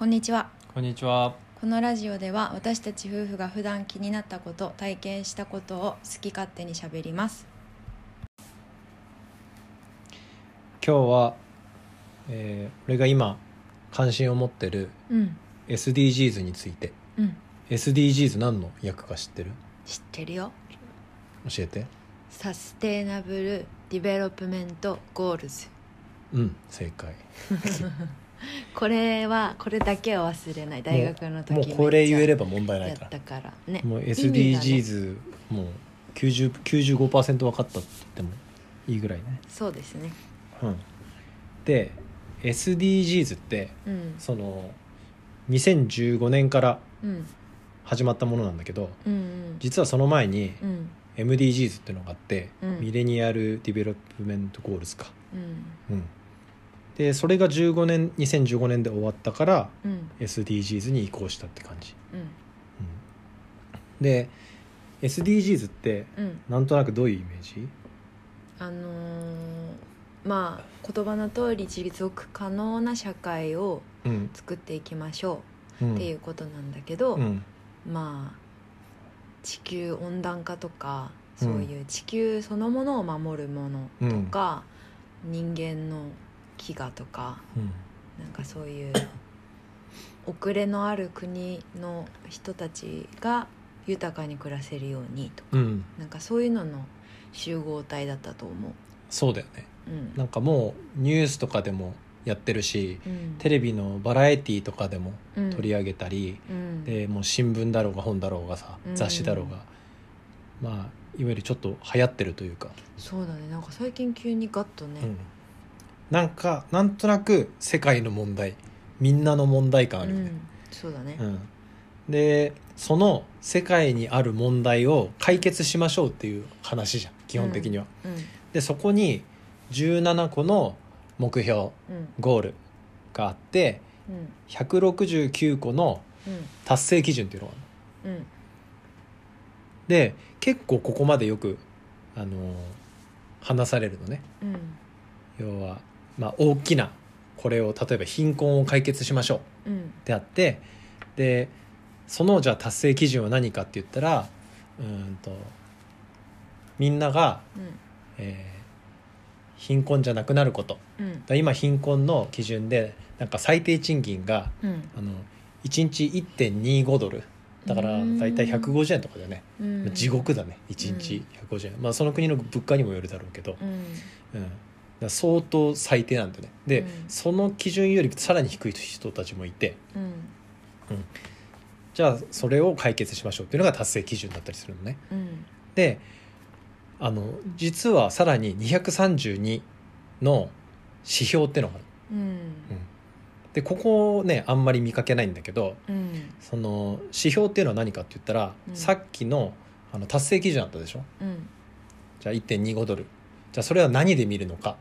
こんにちは。 こんにちは。 このラジオでは私たち夫婦が普段気になったこと、体験したことを好き勝手にしゃべります。 今日は、俺が今関心を持ってる SDGs について、SDGs 何の役か知ってる？ 知ってるよ。 教えて。 サステイナブルディベロップメントゴールズ。 正解。 これだけは忘れない。大学の時もうこれ言えれば問題ないから。 やったからね。 もう SDGs、もう 95% 分かったって言ってもいいぐらいね。 そうですね。 で SDGs って、その2015年から始まったものなんだけど、実はその前に、MDGs っていうのがあって、ミレニアルディベロップメントゴールズか、でそれが2015年で終わったから、SDGs に移行したって感じ、で SDGs って、なんとなくどういうイメージ？ まあ言葉の通り持続可能な社会を作っていきましょうっていうことなんだけど、まあ地球温暖化とかそういう地球そのものを守るものとか、人間の飢餓とか、なんかそういう遅れのある国の人たちが豊かに暮らせるようにとか、なんかそういうのの集合体だったと思う。 そうだよね、なんかもうニュースとかでもやってるし、テレビのバラエティとかでも取り上げたり、でもう新聞だろうが本だろうがさ、雑誌だろうが、まあいわゆるちょっと流行ってるというか。 そうだね。なんか最近急にガッとね、 なんとなく世界の問題、みんなの問題感あるよね、 そうだね、 でその世界にある問題を解決しましょうっていう話じゃん基本的には、でそこに17個の目標、ゴールがあって、169個の達成基準っていうのがある、で結構ここまでよく、話されるのね、要は、大きなこれを例えば貧困を解決しましょうってあって、でそのじゃあ達成基準は何かって言ったら、みんなが、貧困じゃなくなること、今貧困の基準でなんか最低賃金が、1日 1.25 ドルだからだいたい150円とかだよね、地獄だね1日150円、その国の物価にもよるだろうけど、だ相当最低なんだよね。で、その基準よりさらに低い人たちもいて、じゃあそれを解決しましょうっていうのが達成基準だったりするのね、で実はさらに232の指標ってのがある、でここねあんまり見かけないんだけど、その指標っていうのは何かって言ったら、さっきの達成基準あったでしょ、じゃあ 1.25 ドル、じゃあそれは何で見るのか、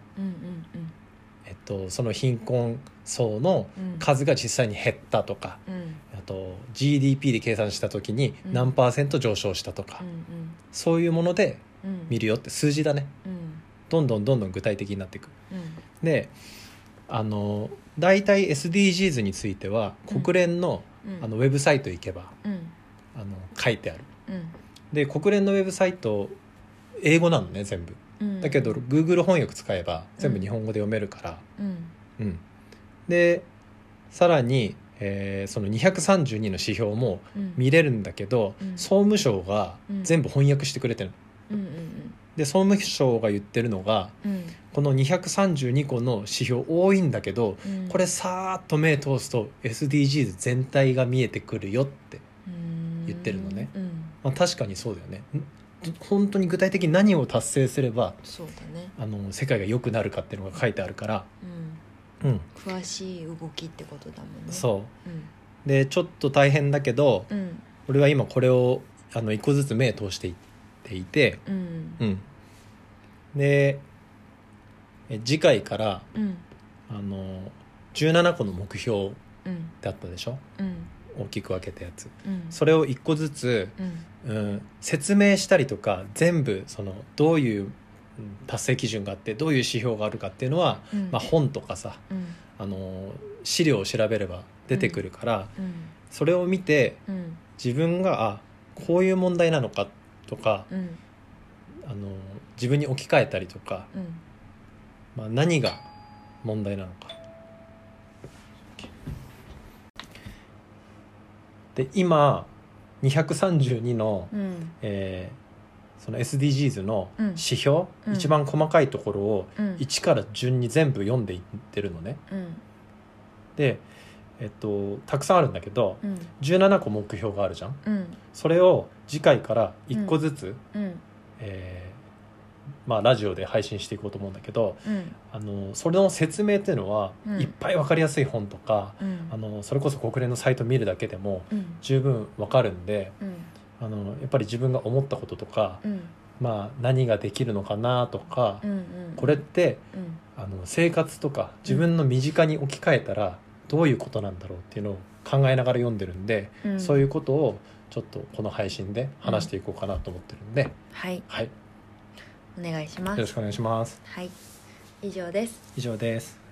その貧困層の数が実際に減ったとか、あと GDP で計算した時に何%上昇したとか、そういうもので見るよって数字だね、どんどん具体的になっていく、でだいたい SDGs については国連の、ウェブサイト行けば、書いてある、で国連のウェブサイト英語なのね全部、だけど Google 翻訳使えば全部日本語で読めるから、でさらに、その232の指標も見れるんだけど、総務省が全部翻訳してくれてるの、で総務省が言ってるのが、この232個の指標多いんだけど、これさーっと目通すと SDGs 全体が見えてくるよって言ってるのね、確かにそうだよね。本当に具体的に何を達成すれば、 そうだね、 世界が良くなるかっていうのが書いてあるから、 詳しい動きってことだもんね。 そう、でちょっと大変だけど、俺は今これを一個ずつ目通していっていて、で次回から、17個の目標ってあったでしょ、大きく分けたやつ、それを一個ずつ、説明したりとか、全部そのどういう達成基準があってどういう指標があるかっていうのは、本とかさ、資料を調べれば出てくるから、 うん、 それを見て、 うん、 自分がこういう問題なのかとか、 うん、 自分に置き換えたりとか、 うん、 何が問題なのかで、今232の、その SDGs の指標、一番細かいところを1から順に全部読んでいってるのね、で、たくさんあるんだけど、17個目標があるじゃん、それを次回から1個ずつ、ラジオで配信していこうと思うんだけど、それの説明っていうのは、いっぱい分かりやすい本とか、それこそ国連のサイト見るだけでも十分分かるんで、やっぱり自分が思ったこととか、何ができるのかなとか、これって、生活とか自分の身近に置き換えたらどういうことなんだろうっていうのを考えながら読んでるんで、そういうことをちょっとこの配信で話していこうかなと思ってるんで、 はい、 はい、 お願いします。 よろしくお願いします。 はい、以上です。 以上です。